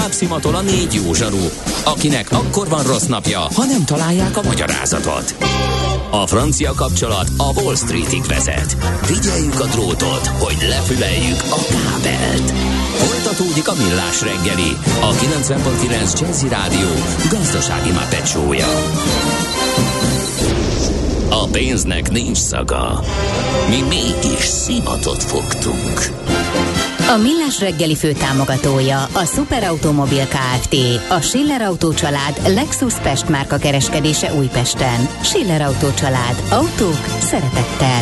szimatol a 4 jó zsaru, akinek akkor van rossz napja, ha nem találják a magyarázatot. A francia kapcsolat a Wall Streetig vezet. Figyeljük a drótot, hogy lefüleljük a kábelt. Folytatódik a Millás reggeli, a 90.9 Jazzy Rádió gazdasági mápecsója. A pénznek nincs szaga. Mi mégis szimatot fogtunk. A Millás reggeli főtámogatója a Superautomobil Kft. A Schiller Autó család Lexus Pest márka kereskedése Újpesten. Schiller Autó család. Autók szeretettel.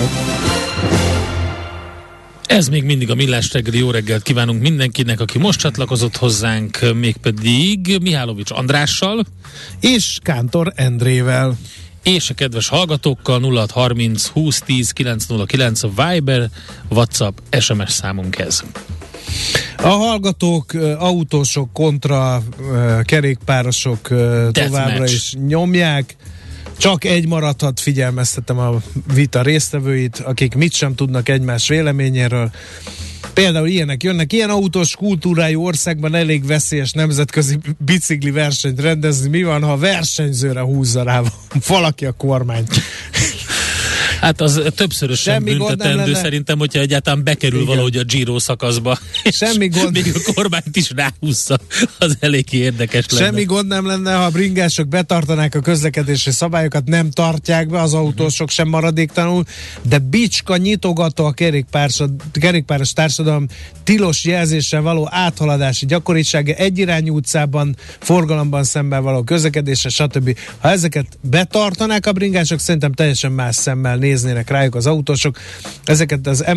Ez még mindig a Millás reggeli. Jó reggelt kívánunk mindenkinek, aki most csatlakozott hozzánk, mégpedig Mihálovics Andrással és Kántor Endrével. És a kedves hallgatókkal 0630 2010 909 a Viber, WhatsApp, SMS számunk ez. A hallgatók, autósok kontra kerékpárosok továbbra is nyomják. Csak egy maradhat, figyelmeztetem a vita résztvevőit, akik mit sem tudnak egymás véleményéről. Például ilyenek jönnek, ilyen autós kultúrájú országban elég veszélyes nemzetközi bicikli versenyt rendezni. Mi van, ha a versenyzőre húzza rá valaki a kormányt? Hát az többszörösen büntetendő szerintem, hogyha egyáltalán bekerül valahogy a Giro szakaszba. Semmi gond. Még a kormányt is ráhúzza, az eléggé érdekes lenne. Semmi gond nem lenne, ha a bringások betartanák a közlekedési szabályokat, nem tartják be, az autósok sem maradéktalanul, de bicska nyitogató a kerékpáros társadalom tilos jelzéssel való áthaladási gyakorisága, egyirányú utcában, forgalomban szemben való közlekedésre, stb. Ha ezeket betartanák a bringások, szerintem teljesen más szemmel néznének rájuk az autósok. Ezeket az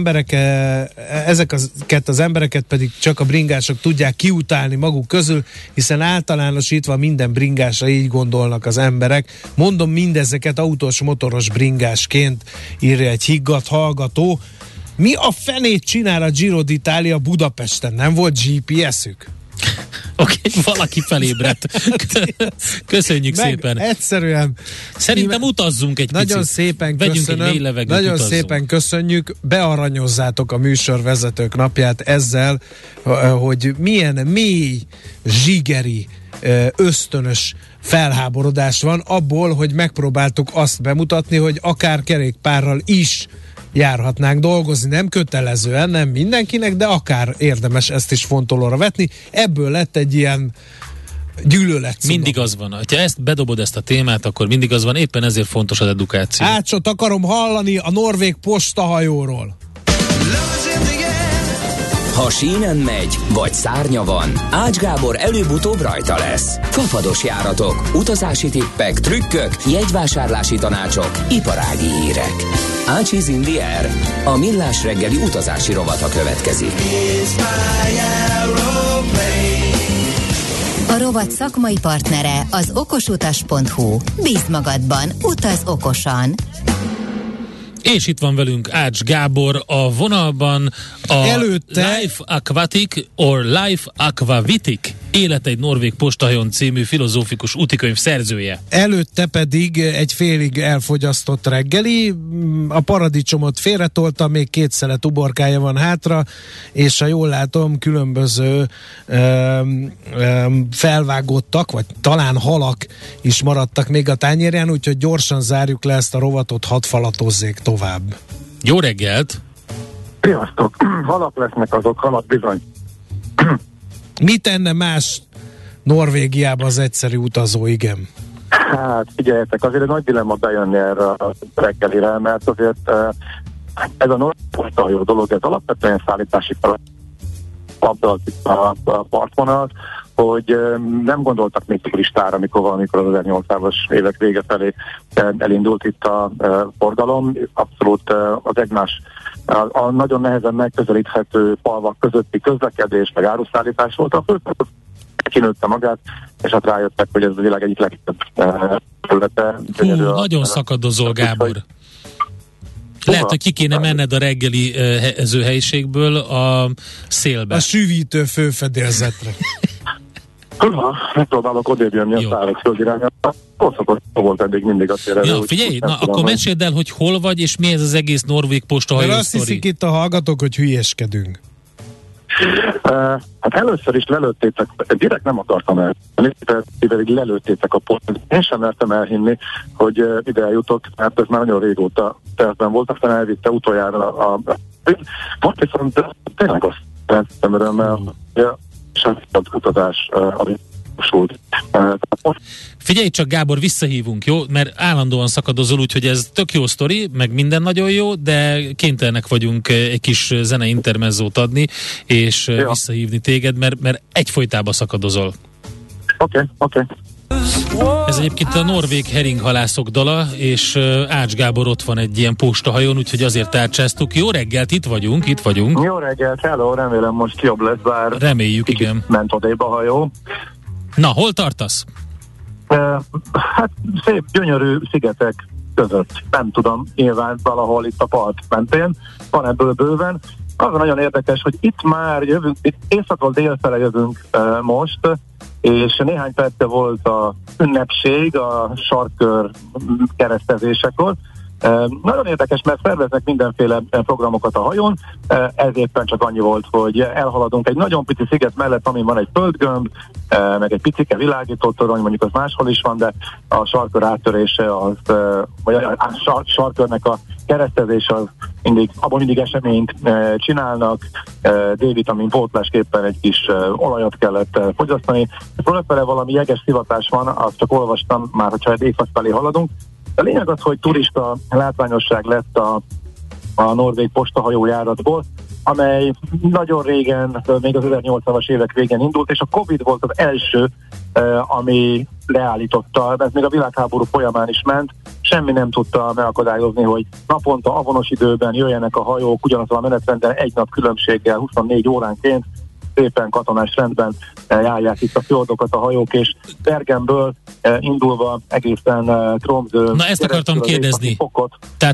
embereket pedig csak a bringások tudják kiutálni maguk közül, hiszen általánosítva minden bringásra így gondolnak az emberek. Mondom mindezeket autós, motoros bringásként, írja egy higgadt hallgató. Mi a fenét csinál a Giro d'Italia Budapesten? Nem volt GPS-ük? Oké, valaki felébredt. Köszönjük szépen. Egyszerűen. Szerintem utazzunk egy nagyon picit. Szépen Vegyünk köszönöm. Egy mély levegőt, nagyon utazzunk. Szépen köszönjük. Bearanyozzátok a műsorvezetők napját ezzel, hogy milyen mély, zsigeri, ösztönös felháborodás van abból, hogy megpróbáltuk azt bemutatni, hogy akár kerékpárral is járhatnánk dolgozni, nem kötelezően, nem mindenkinek, de akár érdemes ezt is fontolóra vetni. Ebből lett egy ilyen gyűlölet. Mindig az van. Ha ezt bedobod, ezt a témát, akkor mindig az van, éppen ezért fontos az edukáció. Ácsot akarom hallani a norvég postahajóról. Ha sínen megy, vagy szárnya van, Ács Gábor előbb-utóbb rajta lesz. Fafados járatok, utazási tippek, trükkök, jegyvásárlási tanácsok, iparági hírek. Ácsiz in the air. A Millás reggeli utazási rovata következik. A rovat szakmai partnere az okosutas.hu. Bízd magadban, utaz okosan! És itt van velünk Ács Gábor a vonalban, a Life Aquatic or Life Aquavitic, Élet egy norvég postahajón című filozófikus útikönyv szerzője. Előtte pedig egy félig elfogyasztott reggeli, a paradicsomot félretolta, még 2 szelet uborkája van hátra, és ha jól látom, különböző felvágottak, vagy talán halak is maradtak még a tányérján, úgyhogy gyorsan zárjuk le ezt a rovatot, hadd falatozzék tovább. Jó reggelt! Sziasztok! Halak lesznek azok, halak bizony. Mit tenne más Norvégiába az egyszerű utazó, igen? Hát figyeljetek, azért egy nagy dilemma bejönni erre a reggelire, mert azért ez a norvég postahajó dolog, ez alapvetően szállítási feladat a partvonalat, hogy nem gondoltak még turistára, amikor valamikor az 1800-as évek vége felé elindult itt a forgalom. Abszolút az egymás a nagyon nehezen megközelíthető falvak közötti közlekedés, meg áruszállítás volt a fő, kinőtte magát, és hát rájöttek, hogy ez a világ egyik legtöbb területe. Nagyon szakadozol, Gábor. Lehet, hogy ki kéne menned a reggeli helyiségből a szélbe. A sűvítő főfedélzetre. Megpróbálok odébb jönni a szállítföld irányába. Szokott volt eddig mindig a térre. Ja, figyelj, akkor meséld el, hogy hol vagy, és mi ez az egész norvég postahajó mert sztori. azt hiszik itt a hallgatók, hogy hülyeskedünk. Hát először is lelőttétek, direkt nem akartam el, lelőttétek a pontot. Én sem mertem elhinni, hogy ide eljutok, mert ez már nagyon régóta tervben volt, aztán elvitte utoljára most viszont tényleg azt rendtem örömmel, és a kutatás, amit Figyelj csak, Gábor, visszahívunk, jó? Mert állandóan szakadozol, úgyhogy ez tök jó sztori, meg minden nagyon jó, de kénytelenek vagyunk egy kis zene intermezzót adni, és visszahívni téged, mert egyfolytában szakadozol. Oké. Ez egyébként a norvég heringhalászok dala, és Ács Gábor ott van egy ilyen postahajón, úgyhogy azért tárcsáztuk. Jó reggelt, itt vagyunk. Jó reggelt, hello, remélem most jobb lesz, bár reméljük, igen. Ment odébb a hajó. Na, hol tartasz? Hát szép, gyönyörű szigetek között. Nem tudom, nyilván valahol itt a part mentén. Van ebből bőven. Az nagyon érdekes, hogy itt már jövünk, itt északról délfele jövünk most, és néhány perce volt a ünnepség a sarkkör keresztezésekor. Nagyon érdekes, mert szerveznek mindenféle programokat a hajón, ez éppen csak annyi volt, hogy elhaladunk egy nagyon pici sziget mellett, amin van egy földgömb, meg egy picike világító torony, mondjuk az máshol is van, de a sarkkör áttörése, vagy a sarkkörnek a keresztezés, az abban mindig eseményt csinálnak, D-vitamin pótlásképpen egy kis olajat kellett fogyasztani. Fölöttele valami jeges szivatás van, azt csak olvastam már, hogyha egy éjszak felé haladunk. A lényeg az, hogy turista látványosság lett a norvég postahajójáratból, amely nagyon régen, még az 1800-as évek végén indult, és a Covid volt az első, ami leállította, ez még a világháború folyamán is ment, semmi nem tudta megakadályozni, hogy naponta avonos időben jöjjenek a hajók, ugyanazon a menetrenden egy nap különbséggel, 24 óránként, szépen katonás rendben járják itt a fjordokat a hajók, és Bergenből indulva egészen Tromsø. Na ezt akartam kérdezni. Tehát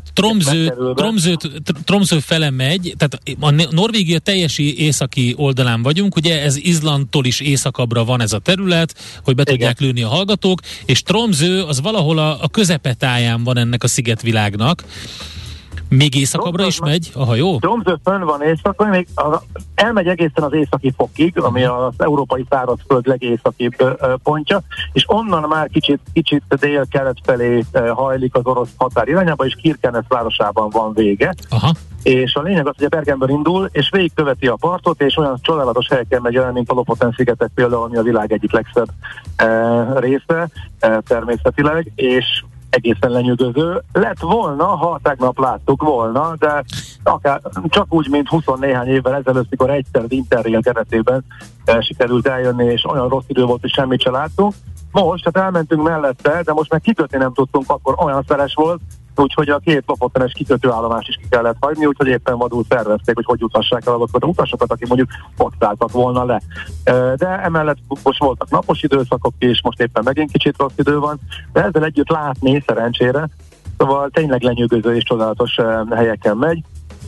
Tromsø fele megy, tehát a Norvégia teljes északi oldalán vagyunk, ugye ez Izlandtól is északabbra van ez a terület, hogy be tudják lőni a hallgatók, és Tromsø az valahol a közepetáján van ennek a szigetvilágnak. Még északabbra is megy a hajó? Tromsø fönn van északon, még elmegy egészen az északi fokig, ami az európai szárazföld legészakibb pontja, és onnan már kicsit dél-kelet felé hajlik az orosz határ irányába, és Kirkenes városában van vége. Aha. És a lényeg az, hogy a Bergenből indul, és végigköveti a partot, és olyan csodálatos helyeken megy el, mint a Lofoten-szigetek például, ami a világ egyik legszebb része természetileg, és egészen lenyűgöző. Lett volna, ha tegnap láttuk volna, de akár csak úgy, mint 20 néhány évvel ezelőtt, mikor egyszer az Interrail keretében sikerült eljönni, és olyan rossz idő volt, hogy semmit se láttunk. Most, hát elmentünk mellette, de most meg kikötni nem tudtunk, akkor olyan szeles volt, úgyhogy a két Lofotenes kikötőállomást is ki kellett hagyni, úgyhogy éppen vadul szervezték, hogy jutassák el azokat a utasokat, akik mondjuk ott szálltak volna le. De emellett most voltak napos időszakok, és most éppen megint kicsit rossz idő van, de ezzel együtt látni szerencsére, szóval tényleg lenyűgöző és csodálatos helyeken megy.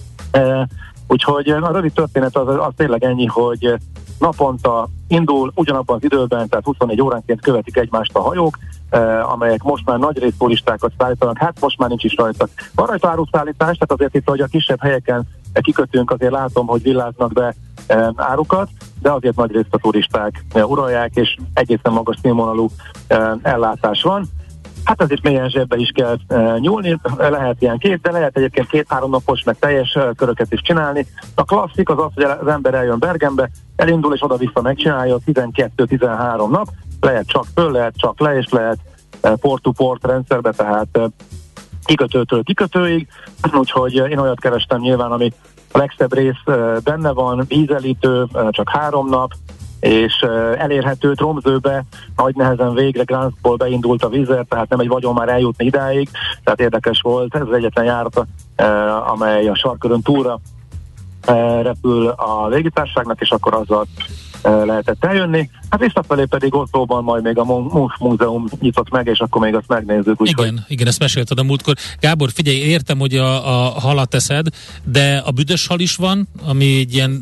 Úgyhogy a rövid történet az tényleg ennyi, hogy naponta indul ugyanabban az időben, tehát 24 óránként követik egymást a hajók, amelyek most már nagyrészt turistákat szállítanak, hát most már nincs is rajta. Van rajta áruszállítás, tehát azért itt, hogy a kisebb helyeken kikötünk, azért látom, hogy villáznak be árukat, de azért nagyrészt a turisták uralják, és egészen magas színvonalú ellátás van. Hát azért mélyen zsebbe is kell nyúlni, lehet ilyen de lehet egyébként 2-3 napos, meg teljes köröket is csinálni. A klasszik az az, hogy az ember eljön Bergenbe, elindul és oda-vissza megcsinálja 12-13 nap, lehet csak föl, lehet csak le, és lehet port-to-port rendszerbe, tehát kikötőtől kikötőig, úgyhogy én olyat kerestem nyilván, ami a legszebb rész benne van, vízelítő, csak 3 nap, és elérhető Tromsøbe, nagy nehezen végre Gdanskból beindult a vízer, tehát nem egy vagyon már eljutni idáig, tehát érdekes volt, ez az egyetlen járata, amely a sarkkörön túlra repül a légitársaságnak, és akkor azzal lehetett eljönni. Hát visszafelé pedig Oszlóban majd még a múzeum nyitott meg, és akkor még azt megnézzük. Igen, ezt mesélted a múltkor. Gábor, figyelj, értem, hogy a halat eszed, de a büdös hal is van, ami egy ilyen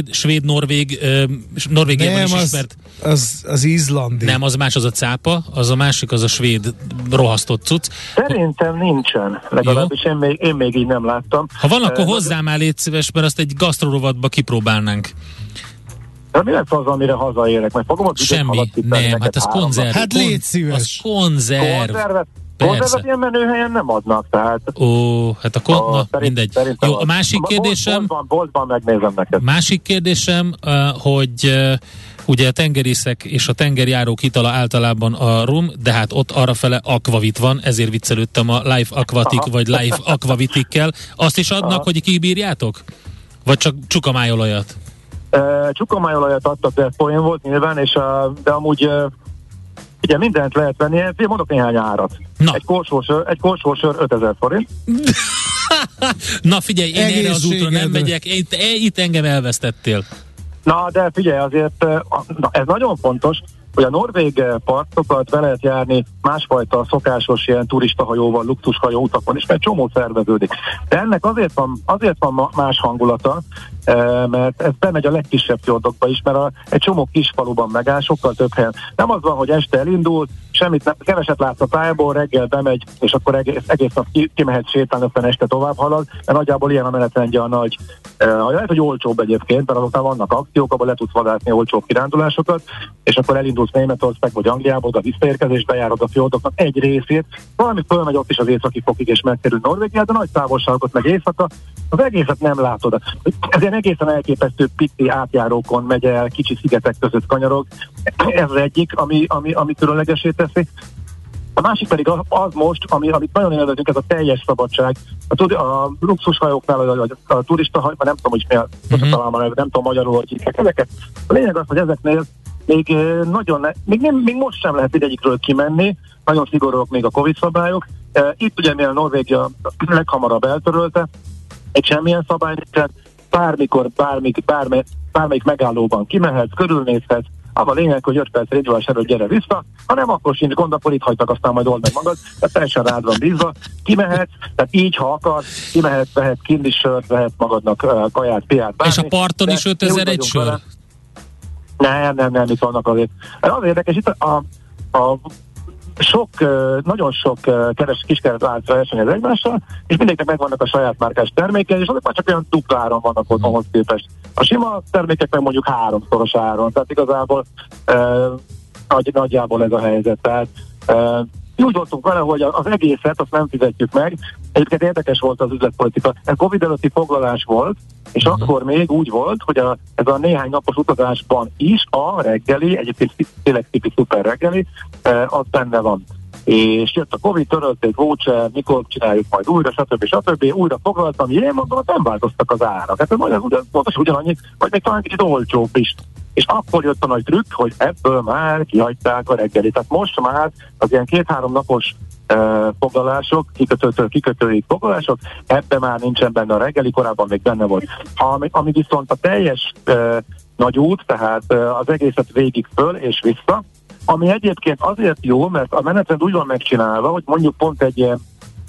Norvégiában is ismert. Az izlandi. Nem, az más, az a cápa, az a másik, az a svéd rohasztott cucc. Szerintem nincsen, legalábbis én még így nem láttam. Ha van, akkor hozzá már légy szíves, mert azt egy gasztrorovatba kipróbálnánk. De mi lesz az, amire hazaérek? Mert fogom a büdös halat tippelni. Nem, hát ez konzerv. Hát légy szíves. Az konzerv. Konzervet ilyen menőhelyen nem adnak, tehát... Hát mindegy. Jó, a másik kérdésem... Boltban megnézem neked. Másik kérdésem, hogy ugye a tengerészek és a tengerjárók itala általában a rum, de hát ott arrafele akvavit van, ezért viccelődtem a Life Aquatic vagy Life Aquavitikkel. Azt is adnak, hogy kibírjátok? Vagy csak csukamájolajat? Csukamájolajat adtak, de poén volt nyilván, de amúgy ugye mindent lehet venni, mondok néhány árat. Na. Egy korsósör 5000 forint. Na figyelj, én erre az útra nem megyek, itt engem elvesztettél. Na, de figyelj, azért ez nagyon fontos, hogy a norvég partokat be lehet járni másfajta szokásos ilyen turistahajóval, luxushajó utakon is, mert csomó szerveződik. De ennek azért van más hangulata, mert ez bemegy a legkisebb fjordokba is, mert egy csomó kis faluban megáll, sokkal több helyen. Nem az van, hogy este elindul, keveset látsz a pályából, reggel bemegy, és akkor egész nap kimehet sétálni, aztán este tovább halad, mert nagyjából ilyen a menetrendje a nagy. Lehet, hogy olcsóbb egyébként, mert azután vannak akciók, abban le tudsz vadászni olcsóbb kirándulásokat, és akkor elindulsz Németország vagy Angliából, a visszaérkezés, bejárod a fjordoknak egy részét, valami fölmegy ott is az északi fokig, és megkerül Norvégiát, de nagy távolságot meg éjszaka, az egészet nem látod. Ez ilyen egészen elképesztő pici átjárókon megy el, kicsi szigetek között kanyarog. Ez az egyik, ami különlegesé teszi. A másik pedig az most, amit nagyon élvezünk, ez a teljes szabadság. A luxushajóknál, a turistahajó, nem tudom, hogy mi talán nem tudom magyarul, hogy hívják ezeket. A lényeg az, hogy ezeknél még most sem lehet mindegyikről kimenni, nagyon szigorúak még a Covid szabályok. Itt ugye mivel Norvégia leghamarabb eltörölte, egy semmilyen szabály, tehát bármikor, bármelyik megállóban kimehetsz, körülnézhetsz, az a lényeg, hogy 5 perc indulás előtt gyere vissza, ha nem, akkor sincs gond, akkor itt hagytak, aztán majd old meg magad, tehát teljesen rád van bízva, kimehetsz, tehát így, ha akarsz, kimehetsz, vehetsz kint is sört, vehetsz magadnak kaját, piát, bármi. És a parton is 5000 egy sör? Nem, itt vannak azért. Az érdekes, itt nagyon sok kiskeret állt versenyez egymással, és mindenkinek megvannak a saját márkás termékei, és azok már csak olyan dupláron vannak ott ahhoz képest. A sima termékek meg mondjuk 3-szoros áron, tehát igazából nagyjából ez a helyzet. Tehát úgy voltunk vele, hogy az egészet azt nem fizetjük meg. Egyébként érdekes volt az üzletpolitika. Ez Covid előtti foglalás volt, és akkor még úgy volt, hogy ez a néhány napos utazásban is a reggeli, egyébként tényleg tipi szuper reggeli, az benne van. És jött a Covid, törölték, voucher, mikor csináljuk majd újra, stb. Újra foglaltam, én mondom, nem változtak az árak. Hát pontosan ugyanannyi, vagy még talán kicsit olcsóbb is. És akkor jött a nagy trükk, hogy ebből már kihagyták a reggelit. Tehát most már az ilyen 2-3 napos foglalások, kikötőtől kikötőig foglalások, ebben már nincsen benne a reggeli, korábban még benne volt. Ami viszont a teljes nagy út, tehát az egészet végig föl és vissza, ami egyébként azért jó, mert a menetrend úgy van megcsinálva, hogy mondjuk pont egy ilyen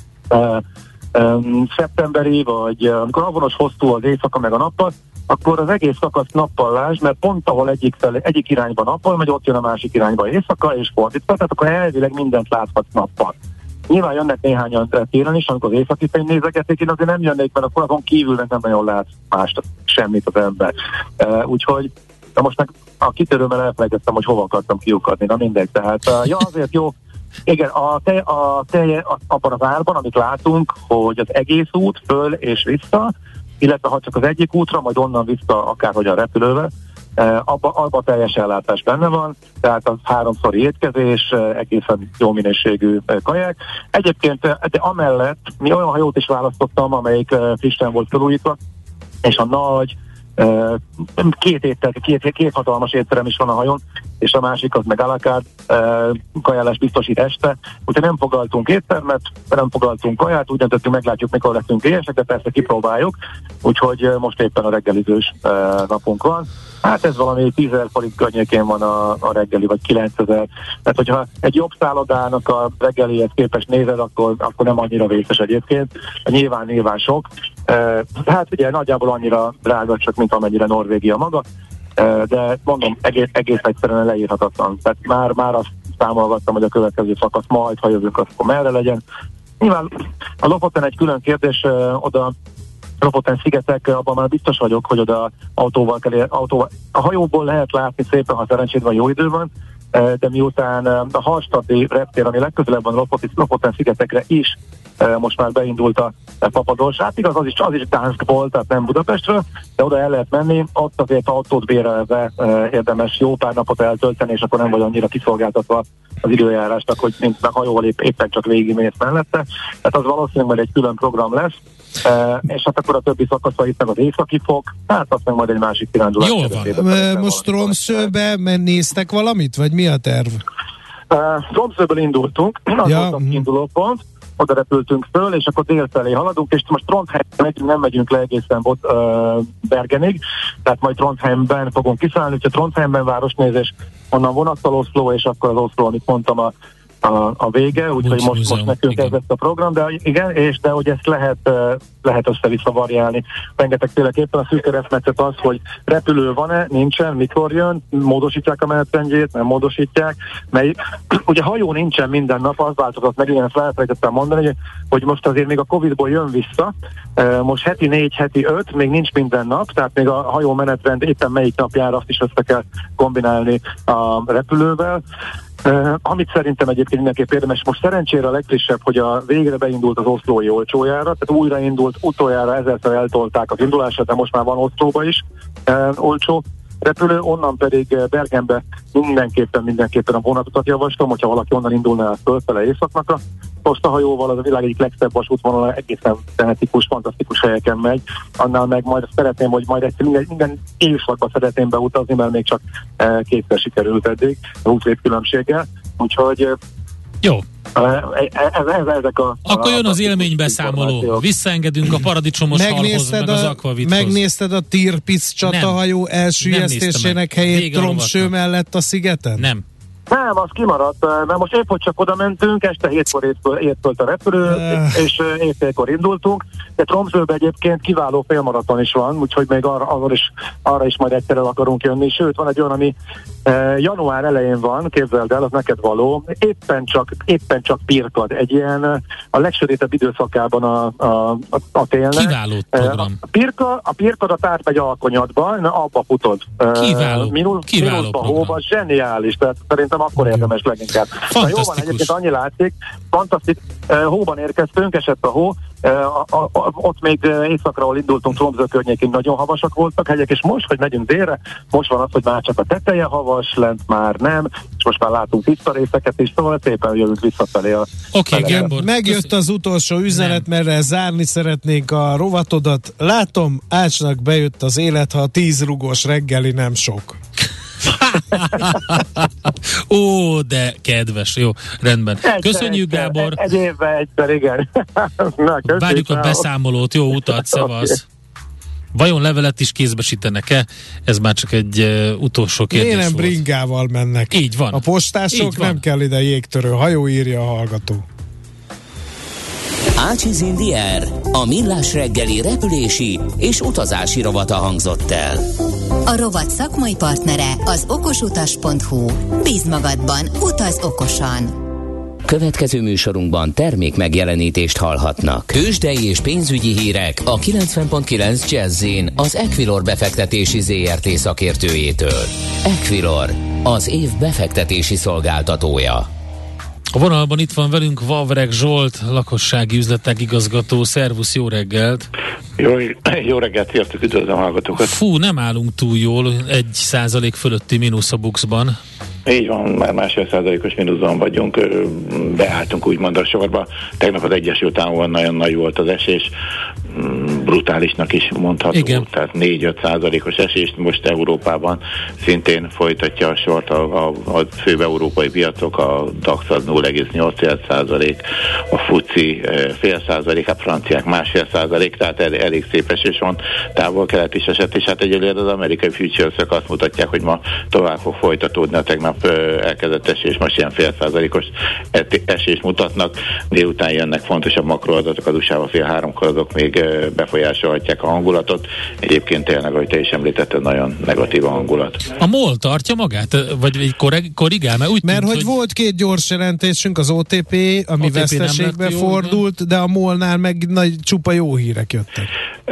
szeptemberi, vagy amikor avonos hosszú az éjszaka meg a nappal, akkor az egész szakasz nappallás, mert pont ahol egyik irányba nappal megy, ott jön a másik irányba éjszaka, és fordítva, tehát akkor elvileg mindent láthatsz nappal. Nyilván jönnek néhányan télen is, amikor az északi fény nézegetik, én azért nem jönnék, mert akkor azon kívül nem nagyon lát mást, semmit az ember. Úgyhogy most meg a kitörőmmel elfelejtettem, hogy hova akartam kiukadni, na mindegy. Tehát azért jó. Igen, a telje abban az árban, amit látunk, hogy az egész út föl és vissza, illetve ha csak az egyik útra, majd onnan vissza akárhogyan repülővel, abban teljes ellátás benne van, tehát az 3-szori étkezés, egészen jó minőségű kaják. Egyébként, de amellett mi olyan hajót is választottam, amelyik frissen volt felújítva, és a nagy Két hatalmas étterem is van a hajón, és a másik az meg à la carte kajálás biztosít este. Úgyhogy nem foglaltunk éttermet, nem foglaltunk kaját, úgy döntöttünk, meglátjuk, mikor leszünk éhesek, de persze kipróbáljuk. Úgyhogy most éppen a reggelizős napunk van. Hát ez valami 10 000 forint környékén van a reggeli, vagy 9 000. Tehát, hogyha egy jobb szállodának a reggelihez képest nézed, akkor nem annyira vészes egyébként. Nyilván sok. Hát ugye nagyjából annyira drága, csak mint amennyire Norvégia maga. De mondom, egész egyszerűen leírhatatlan. Tehát már azt számolgattam, hogy a következő szakasz majd, ha jövünk, akkor merre legyen. Nyilván a Lofoten egy külön kérdés, oda Lofoten szigetek, abban már biztos vagyok, hogy oda autóval. A hajóból lehet látni szépen, ha szerencséd van, jó idő van, de miután a Hallstatti reptér, ami legközelebb van Lofoten szigetekre is, most már beindult a Papadors. Hát igaz, az is Gdanskból, tehát nem Budapestről, de oda el lehet menni, ott azért autót bérelve érdemes jó pár napot eltölteni, és akkor nem vagy annyira kiszolgáltatva az időjárásnak, hogy mint a hajóval éppen csak végigmész mellette. Tehát az valószínűleg majd egy külön program lesz. És hát akkor a többi szakaszra itt meg az északi fok, hát azt meg majd egy másik kirándulás. Jól van. Most Tromsøbe néztek valamit, vagy mi a terv? Tromsøből indultunk, az volt a kiinduló pont, oda repültünk föl, és akkor dél felé haladunk, és most Trondheimben nem megyünk le egészen Bergenig, tehát majd Trondheimben fogunk kiszállni, úgyhogy Trondheimben városnézés, onnan vonattal Oszló, és akkor az Oszló, amit mondtam, a vége, úgyhogy most nekünk ez lesz a program, de igen, de hogy ezt lehet össze-vissza variálni. Rengetegféleképpen a szűk keresztmetszet az, hogy repülő van-e, nincsen, mikor jön, módosítják a menetrendjét, nem módosítják, mert ugye hajó nincsen minden nap, az változott meg, igen, ezt elfelejtettem mondani, hogy most azért még a Covid-ból jön vissza, most heti 4, heti 5, még nincs minden nap, tehát még a hajó menetrend éppen melyik napjára azt is össze kell kombinálni a repülővel. Amit szerintem egyébként mindenképp érdemes, most szerencsére a legfrissebb, hogy a végre beindult az oszlói olcsójára, tehát újraindult, utoljára 1000-szer eltolták az indulását, de most már van Oszlóba is olcsó repülő, onnan pedig Bergenbe mindenképpen a vonatutat javaslom, hogyha valaki onnan indulna fölfele északnakra. Postahajóval az a világ egyik legszebb vasútvonal, egészen fenetikus, fantasztikus helyeken megy. Annál meg majd szeretném, hogy majd egyszer minden évszakban szeretném beutazni, mert még csak kétszer sikerült eddig, 20 év különbséggel. Úgyhogy jó. Ezek akkor jön az élménybeszámoló. Visszaengedünk a paradicsomos halhoz, meg az akvavithoz. Megnézted a Tirpitz csatahajó elsüllyesztésének helyét Tromsø mellett a szigeten? Nem, az kimaradt, mert most épp, hogy csak oda mentünk, este 7-kor ért föl a repülő, és éjfélkor indultunk, de Tromsøbe egyébként kiváló félmaraton is van, úgyhogy még arra is majd egyszer el akarunk jönni, sőt van egy olyan, ami január elején van, képzeld el, az neked való, éppen csak pirkad, egy ilyen a legsötétebb időszakában a télnek. Kiváló program. A pirkad a tárt megy Alkonyatba, abba futod. Kiváló program. Hóba, zseniális, tehát szerintem akkor érdemes leginkább. Fantasztikus. Jó van, egyébként annyi látszik, fantasztikus, hóban érkeztünk, esett a hó, ott még északra, ahol indultunk, Tromsø környékén nagyon havasak voltak hegyek, és most, hogy megyünk délre, most van az, hogy már csak a teteje havas, lent már nem, és most már látunk tiszta részeket is, szóval szépen jövünk visszafelé. Oké, Gábor. Megjött az utolsó üzenet, mert zárni szeretnénk a rovatodat. Látom, Ácsnak bejött az élet, ha a 10 rugós reggeli nem sok. Ó, de kedves, jó, rendben. Köszönjük, Gábor. Egy évben egyszer, igen. Várjuk a beszámolót, jó utat, szavasz. Vajon levelet is kézbesítenek-e? Ez már csak egy utolsó kérdés volt. Bringával mennek. Így van. A postások nem kell ide jégtörő hajó, írja a hallgató. Ácsiz Indiér, a millás reggeli repülési és utazási rovata hangzott el. A rovat szakmai partnere az okosutas.hu. Bízd magadban, utaz okosan! Következő műsorunkban termék megjelenítést hallhatnak. Tőzsdei és pénzügyi hírek a 90.9 Jazz-in az Equilor befektetési ZRT szakértőjétől. Equilor, az év befektetési szolgáltatója. A vonalban itt van velünk Vavreg Zsolt, lakossági üzletek igazgató. Szervusz, jó reggelt! Jó reggelt, üdvözlöm a hallgatókat! Fú, nem állunk túl jól, 1% fölötti mínusz a Buxban. Így van, már 1,5%-os mínuszban vagyunk, beálltunk úgymond a sorba. Tegnap az Egyesült Államokban nagyon nagy volt az esés, brutálisnak is mondható, igen. Tehát 4-5%-os esést, most Európában szintén folytatja a sort a főbb európai piacok, a DAX az 0,8%, a FTSE 0,5%, a franciák 1,5%, tehát elég szép esés van, távol-kelet is esett, és hát egyelőre az amerikai futures-ök azt mutatják, hogy ma tovább fog folytatódni a tegnap elkezdett esés, most ilyen 0,5%-os esést mutatnak, délután jönnek fontosabb makroadatok, az USA-ban 2:30 azok még befolyásolhatják a hangulatot. Egyébként tényleg, ahogy te is említetted, nagyon negatív a hangulat. A MOL tartja magát? Vagy korrigál? Mert hogy volt 2 gyors jelentésünk, az OTP, ami veszteségbe fordult, de a MOL-nál meg csupa jó hírek jöttek.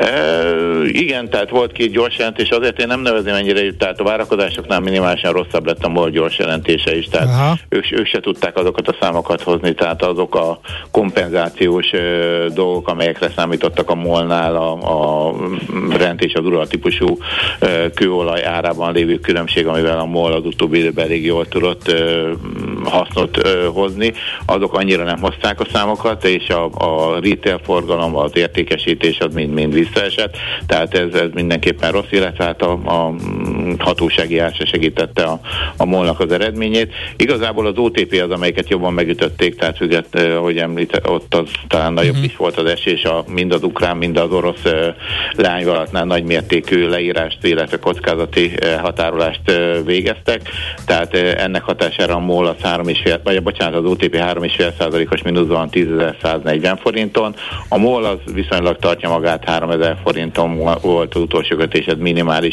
Igen, tehát volt 2 gyors jelentés, azért én nem nevezem ennyire, tehát a várakozásoknál minimálisan rosszabb lett a MOL gyors jelentése is, tehát ők se tudták azokat a számokat hozni, tehát azok a kompenzációs dolgok, amelyekre számítottak a MOL-nál, a Brent és a Urals típusú kőolaj árában lévő különbség, amivel a MOL az utóbbi időben elég jól tudott hasznot hozni, azok annyira nem hozták a számokat, és a retail forgalom, az értékesítés az mind visszaesett, tehát ez mindenképpen rossz, illetve hát a hatósági ár se segítette a MOL-nak az eredményét. Igazából az OTP az, amelyiket jobban megütötték, tehát ahogy említett, ott az talán nagyobb is volt az esés, mind az ukrán, mind az orosz leányvállalatnál nagymértékű leírást, illetve kockázati határolást végeztek, tehát ennek hatására a MOL az az OTP 3,5%-os mínuszban 10.140 forinton, a MOL az viszonylag tartja magát 3.000 forinton volt az utolsó kötésed minimális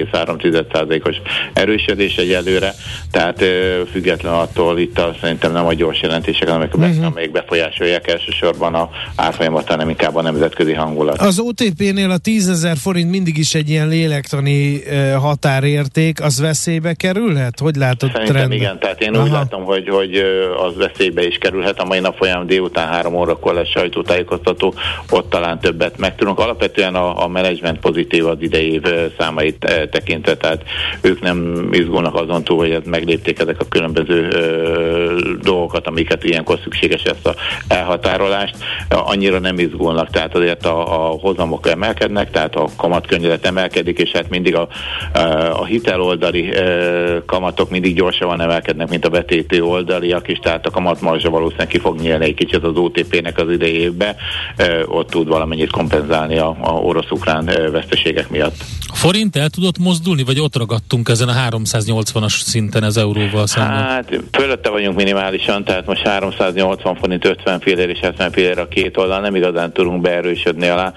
0,3%-os erősödés egyelőre, tehát független attól itt szerintem nem a gyors jelentések, amelyek befolyásolják elsősorban a árfolyamat, hanem inkább a nemzetközi hangulat. Az OTP-nél a 10.000 forint mindig is egy ilyen lélektani határérték, az veszélybe kerülhet? Hogy látod trendben? Szerintem igen, tehát én úgy látom, hogy az veszélybe is kerülhet. A mai nap folyamán délután 3 órakor lesz sajtótájékoztató, ott talán többet megtudunk. Alapvetően a menedzsment pozitív az idei év számait tekintve, tehát ők nem izgulnak azon túl, hogy meglépték ezek a különböző dolgokat, amiket ilyenkor szükséges ezt a elhatárolást. Annyira nem izgulnak, tehát azért a hozamok emelkednek, tehát a kamatkönnyezet emelkedik, és hát mindig a hiteloldali kamatok mindig gyorsabban emelkednek, mint a betéti oldaliak is, tehát a kamatmarzsa valószínűleg ki fog nyílni egy kicsit az OTP-nek az idei évben, ott tud valamennyit kompenzálni a orosz-ukrán veszteségek miatt. A forint el tudott mozdulni, vagy ott ragadtunk ezen a 380-as szinten az euróval szemben? Hát fölötte vagyunk minimálisan, tehát most 380 forint 50 fillér és 70 fillér a két oldal, nem igazán tudunk beerősödni alá.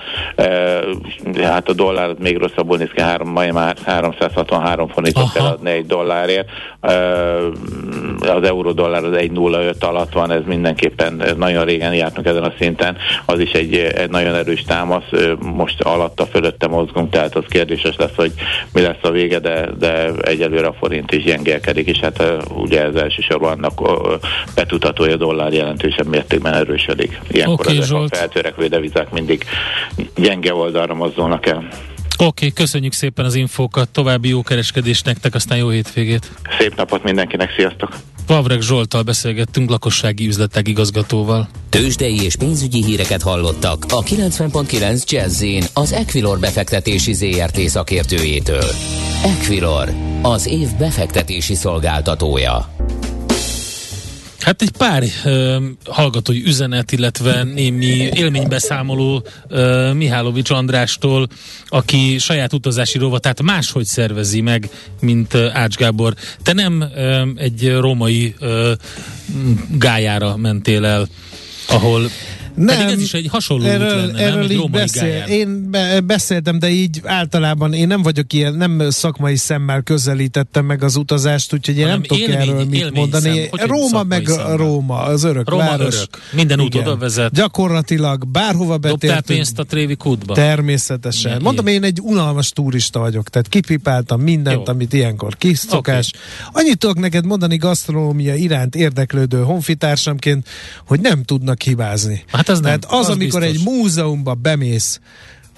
Hát a dollár még rosszabbul néz ki, majd már 363 forintot kell adni egy dollárért. Az euró-dollár az 1,05 alatt van, ez mindenképpen nagyon régen jártunk ezen a szinten, az is egy nagyon erős támasz, most alatta fölötte mozgunk, tehát az kérdéses lesz, hogy mi lesz a vége, de egyelőre a forint is gyengélkedik, és hát ugye ez elsősorban annak betudható, hogy a dollár jelentősebb mértékben erősödik. Ilyenkor ezek a feltörekvő devizák mindig gyenge oldalra mozdulnak el. Oké, köszönjük szépen az infókat, további jó kereskedést nektek, aztán jó hétvégét. Szép napot mindenkinek, sziasztok! Vavreg Zsolttal beszélgettünk, lakossági üzletág igazgatóval. Tőzsdei és pénzügyi híreket hallottak a 90.9 Jazz-in az Equilor befektetési ZRT szakértőjétől. Equilor, az év befektetési szolgáltatója. Hát egy pár hallgatói üzenet, illetve némi élménybeszámoló Mihálovics Andrástól, aki saját utazási rovatát máshogy szervezi meg, mint Ács Gábor. Te nem egy római gályára mentél el, ahol... Nem, ez is egy hasonló út lenne, erről nem? Egy római gályára. Én beszéltem, de így általában én nem vagyok ilyen, nem szakmai szemmel közelítettem meg az utazást, úgyhogy én nem tudok erről mit mondani. Róma meg Róma, az örök Róma város. Örök. Minden út oda vezet. Gyakorlatilag bárhova betértünk. Dobtál pénzt a Trévi kútba? Természetesen. Igen, mondom, én egy unalmas turista vagyok, tehát kipipáltam mindent, amit ilyenkor kis szokás. Okay. Annyit tudok neked mondani gasztronómia iránt érdeklődő honfitársamként, hogy nem tudnak hibázni. Hát tehát az amikor biztos. Egy múzeumba bemész,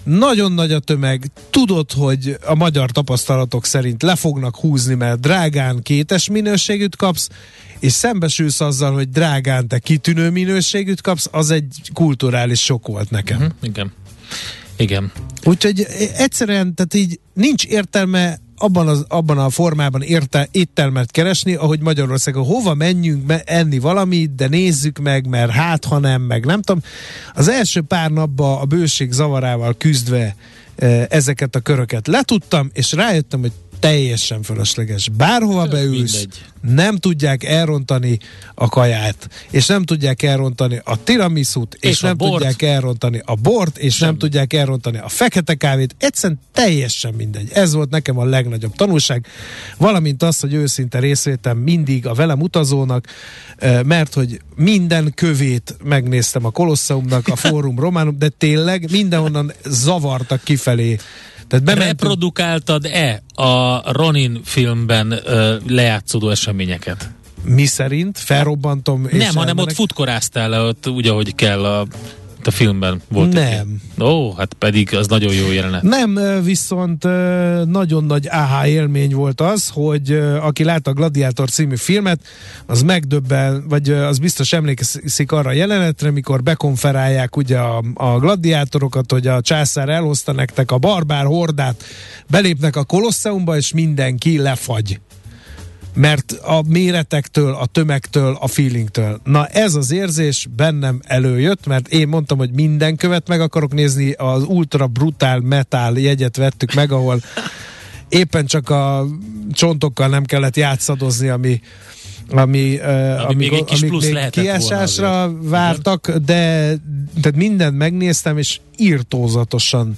nagyon nagy a tömeg, tudod, hogy a magyar tapasztalatok szerint le fognak húzni, mert drágán kétes minőségűt kapsz, és szembesülsz azzal, hogy drágán te kitűnő minőségűt kapsz, az egy kulturális sok volt nekem. Igen. Úgyhogy egyszerűen, tehát így nincs értelme abban a formában éttermet keresni, ahogy Magyarországon hova menjünk enni valamit, de nézzük meg, mert hát ha nem, meg nem tudom. Az első pár napban a bőség zavarával küzdve ezeket a köröket letudtam, és rájöttem, hogy teljesen fölösleges. Bárhova beülsz, nem tudják elrontani a kaját, és nem tudják elrontani a tiramisút, és nem tudják elrontani a bort, és nem tudják elrontani a fekete kávét. Egyszerűen teljesen mindegy. Ez volt nekem a legnagyobb tanulság, valamint az, hogy őszinte részvétem mindig a velem utazónak, mert hogy minden kövét megnéztem a Kolosseumnak, a Fórum Románum, de tényleg mindenhonnan zavartak kifelé. Reprodukáltad-e a Ronin filmben lejátszódó eseményeket? Mi szerint? Felrobbantom és nem, hanem ott futkoráztál le, ott úgy, ahogy kell a filmben volt. Nem. Ó, hát pedig az nagyon jó jelenet. Nem, viszont nagyon nagy aha élmény volt az, hogy aki látta a Gladiátor című filmet, az megdöbben, vagy az biztos emlékszik arra a jelenetre, mikor bekonferálják ugye a gladiátorokat, hogy a császár elhozta nektek a barbár hordát, belépnek a Kolosseumba, és mindenki lefagy. Mert a méretektől, a tömegtől, a feelingtől. Na ez az érzés bennem előjött, mert én mondtam, hogy minden követ meg akarok nézni, az ultra brutál metal jegyet vettük meg, ahol éppen csak a csontokkal nem kellett játszadozni, ami még kiesásra vártak, de tehát mindent megnéztem, és irtózatosan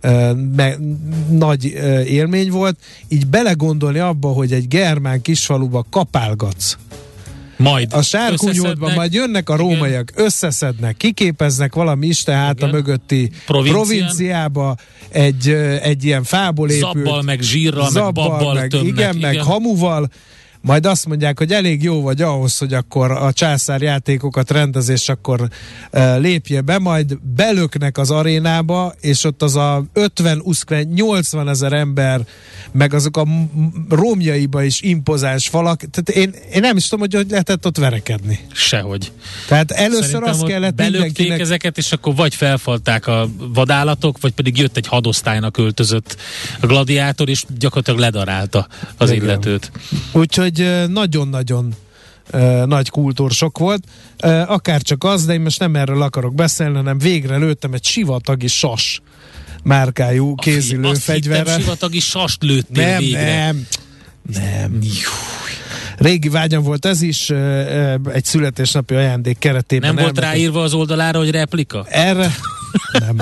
nagy élmény volt, így belegondolni abba, hogy egy germán kisfaluba kapálgatsz. Majd a sárkunyódban majd jönnek a rómaiak, összeszednek, kiképeznek valami Isten háta mögötti provinciába egy ilyen fából épült zabbal, meg zsírral, meg babbal tömnek. Igen, meg hamuval, majd azt mondják, hogy elég jó vagy ahhoz, hogy akkor a császár játékokat rendezés akkor lépje be, majd belöknek az arénába, és ott az a 50-80 ezer ember, meg azok a romjaiba is impozáns falak, tehát én nem is tudom, hogy lehetett ott verekedni. Sehogy. Tehát először azt kellett belökték ezeket, és akkor vagy felfalták a vadállatok, vagy pedig jött egy hadosztálynak öltözött a gladiátor, és gyakorlatilag ledarálta az illetőt. Úgyhogy nagyon-nagyon nagy kultúrsok volt. Akárcsak az, de én most nem erről akarok beszélni, hanem végre lőttem egy sivatagi sas márkájú kézilő fegyverre. Azt sivatagi sast lőttél végre. Nem. Régi vágyam volt ez is, egy születésnapi ajándék keretében. Nem volt ráírva az oldalára, hogy replika? Erre nem.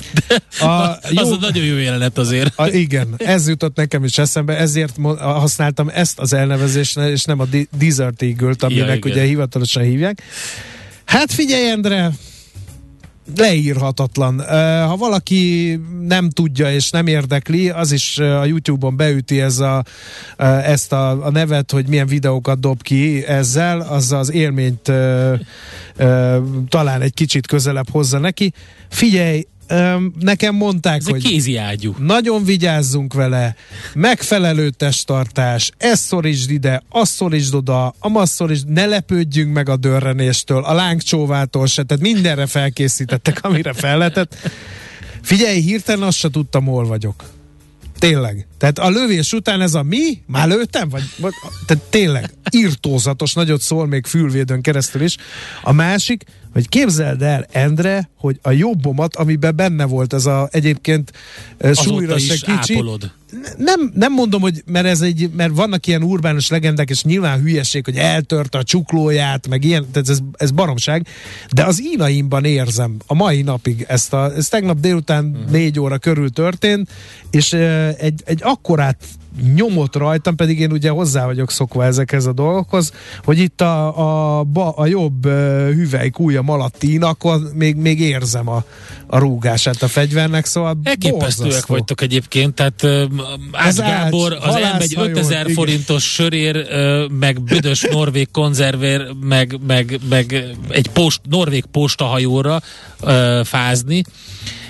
Az a nagyon jó jelenet azért. Igen, ez jutott nekem is eszembe, ezért használtam ezt az elnevezést, és nem a Desert Eagle-t, aminek ugye hivatalosan hívják. Hát figyelj, Endre, leírhatatlan. Ha valaki nem tudja és nem érdekli, az is a YouTube-on beüti ezt a nevet, hogy milyen videókat dob ki ezzel, az élményt talán egy kicsit közelebb hozza neki. Figyelj, nekem mondták, ez hogy kézi ágyú. Nagyon vigyázzunk vele, megfelelő testtartás, ezt szorítsd ide, azt szorítsd oda, amazt szorítsd, ne lepődjünk meg a dörrenéstől, a lángcsóvától se, tehát mindenre felkészítettek, amire fel lehetett. Figyelj, hirtelen azt se tudtam, hol vagyok. Tényleg. Tehát a lövés után ez a mi? Már lőttem? Tehát tényleg irtózatos nagyot szól még fülvédőn keresztül is. A másik, hogy képzeld el, Endre, hogy a jobbomat, amiben benne volt ez egyébként súlyra se kicsi. Ápolod. Nem mondom, hogy mert vannak ilyen urbánus legendák, és nyilván hülyeség, hogy eltörte a csuklóját, meg ilyen, tehát ez baromság, de az ínaimban érzem a mai napig ez tegnap délután 4 óra körül történt, és egy akkorát nyomott rajtam, pedig én ugye hozzá vagyok szokva ezekhez a dolgokhoz, hogy itt a jobb hüvelykújjam alatti inakon még érzem a rúgását a fegyvernek, szóval elképesztőek vagytok egyébként, tehát Ács Gábor az elmegy 5000 forintos sörér, meg büdös norvég konzervér, meg egy norvég postahajóra fázni,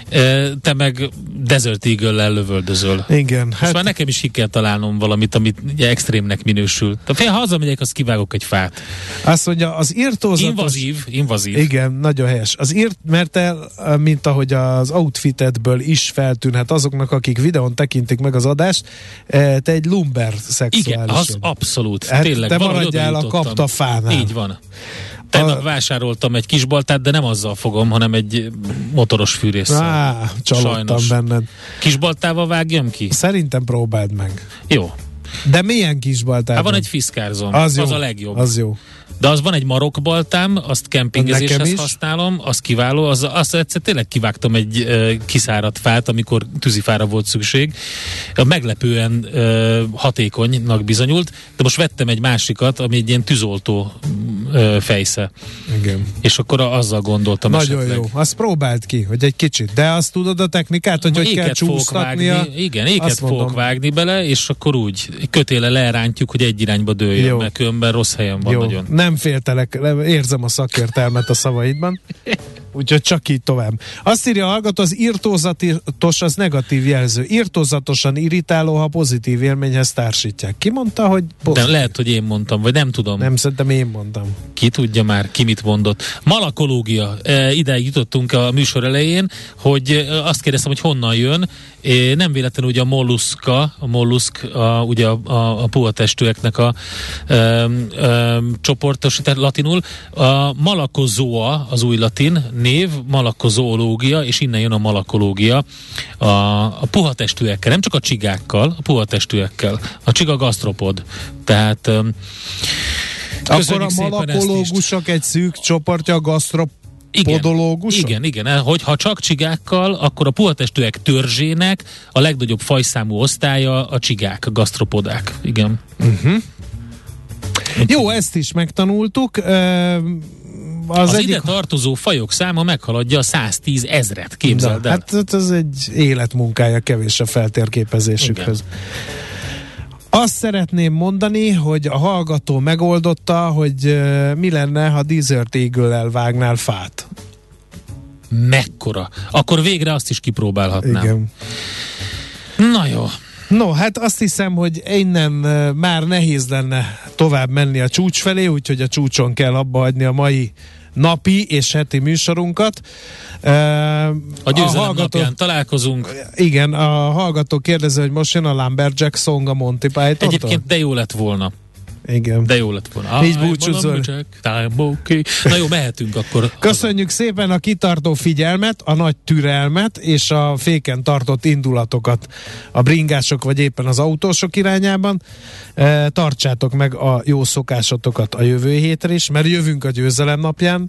te meg Desert Eagle-lel lövöldözöl. Igen. Most már nekem is ki kell találnom valamit, amit ugye extrémnek minősül. Ha hazamegyek, azt kivágok egy fát. Azt mondja, az irtózatos... Invazív. Igen, nagyon helyes. Mert mint ahogy az outfitedből is feltűnhet azoknak, akik videón tekintik meg az adást, te egy lumber szexuális. Igen, az abszolút. Hát tényleg. Te maradjál a kapta fánál. Így van. Tegnap vásároltam egy kisbaltát, de nem azzal fogom, hanem egy motoros fűrésszel. Csalódtam benned. Kisbaltával vágjam ki? Szerintem próbáld meg. Jó. De milyen kisbaltát? Van egy Fiszkárzom. Az a legjobb. Az jó. De az van egy marokbaltám, azt kempingezéshez használom, az kiváló, azt egyszer tényleg kivágtam egy kiszáradt fát, amikor tűzifára volt szükség. Meglepően hatékonynak bizonyult, de most vettem egy másikat, ami egy ilyen tűzoltó fejsze. Igen. És akkor azzal gondoltam nagyon esetleg. Jó, azt próbáld ki, hogy egy kicsit. De azt tudod a technikát, hogy kell csúsztatnia? Igen, éket fogok vágni bele, és akkor úgy kötéle lerántjuk, hogy egy irányba dőljön, mert különben rossz helyen van nagyon. Nem féltelek, érzem a szakértelmet a szavaidban. Úgyhogy csak így tovább. Azt írja a hallgató, az irtózatos az negatív jelző. Irtózatosan irritáló, ha pozitív élményhez társítják. Ki mondta, hogy pozitív? De lehet, hogy én mondtam, vagy nem tudom. Nem, szerintem én mondtam. Ki tudja már, ki mit mondott. Malakológia. Ideig jutottunk a műsor elején, hogy azt kérdeztem, hogy honnan jön. Nem véletlenül ugye a molluszk, ugye a puhatestűeknek a csoportosítás latinul. A malakozoa az új latin név, malakozoológia, és innen jön a malakológia a puhatestűekkel, nem csak a csigákkal, a puhatestűekkel. A csiga gasztropod. Tehát akkor a malakológusok egy szűk csoportja a gasztropodológusok? Igen. Hogyha csak csigákkal, akkor a puhatestűek törzsének a legnagyobb fajszámú osztálya a csigák, a gasztropodák. Igen. Jó, ezt is megtanultuk. Az ide tartozó fajok száma meghaladja a 110 000-et, képzeld el. Hát ez egy életmunkája, kevés a feltérképezésükhöz. Igen. Azt szeretném mondani, hogy a hallgató megoldotta, hogy mi lenne, ha Desert Eagle-lel vágnál fát. Mekkora? Akkor végre azt is kipróbálhatnám. Igen. Na jó. No, hát azt hiszem, hogy innen már nehéz lenne tovább menni a csúcs felé, úgyhogy a csúcson kell abba hagyni a mai napi és heti műsorunkat. A győzelem napján találkozunk. Igen, a hallgató kérdezi, hogy most jön a Lumberjack song a Monty Python-tól? Egyébként de jó lett volna. Igen. De jó lett volna. Így búcsúzol. Na jó, mehetünk akkor. Köszönjük szépen a kitartó figyelmet, a nagy türelmet és a féken tartott indulatokat a bringások vagy éppen az autósok irányában. Tartsátok meg a jó szokásotokat a jövő hétre is, mert jövünk a győzelem napján.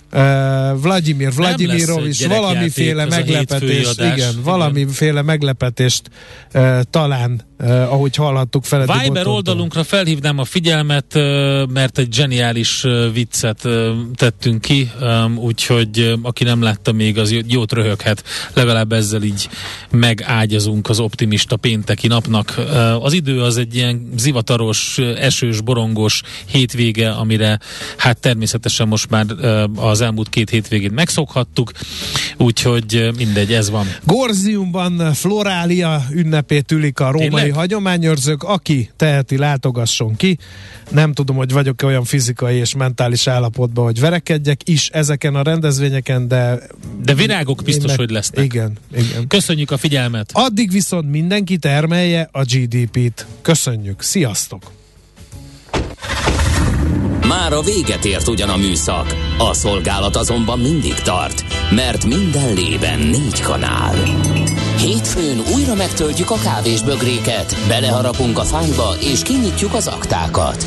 Vladimirovics valamiféle meglepetést, valamiféle meglepetést talán, ahogy hallhattuk Feledi Viber Bottontól. oldalunkra felhívnám a figyelmet, mert egy zseniális viccet tettünk ki, úgyhogy aki nem látta még, az jót röhöghet, legalább ezzel így megágyazunk az optimista pénteki napnak. Az idő az egy ilyen zivataros, esős, borongos hétvége, amire hát természetesen most már az elmúlt 2 hétvégén megszokhattuk, úgyhogy mindegy, ez van. Gorziumban Florália ünnepét ülik a római hagyományőrzők, aki teheti, látogasson ki. Nem tudom, hogy vagyok olyan fizikai és mentális állapotban, hogy verekedjek is ezeken a rendezvényeken, de virágok biztos, hogy lesznek. Igen. Köszönjük a figyelmet! Addig viszont mindenki termelje a GDP-t. Köszönjük, sziasztok! Már a véget ért ugyan a műszak, a szolgálat azonban mindig tart, mert minden lében 4 kanál. Hétfőn újra megtöltjük a kávésbögréket, beleharapunk a fányba és kinyitjuk az aktákat.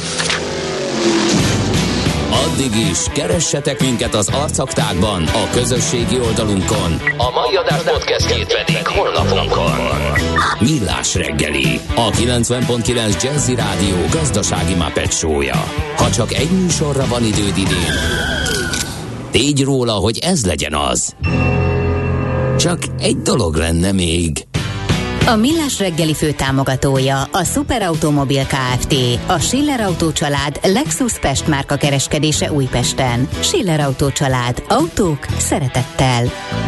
Addig is keressetek minket az arcaktákban, a közösségi oldalunkon. A mai adás podcastjét pedig honlapunkon. Millás reggeli, a 90.9 Jazzy Rádió gazdasági Muppet show-ja. Ha csak egy műsorra van időd idén, tégy róla, hogy ez legyen az. Csak egy dolog lenne még. A Millás reggeli főtámogatója a Superautomobil Kft. A Schiller Autó család Lexus Pest márka kereskedése Újpesten. Schiller Autó család. Autók szeretettel.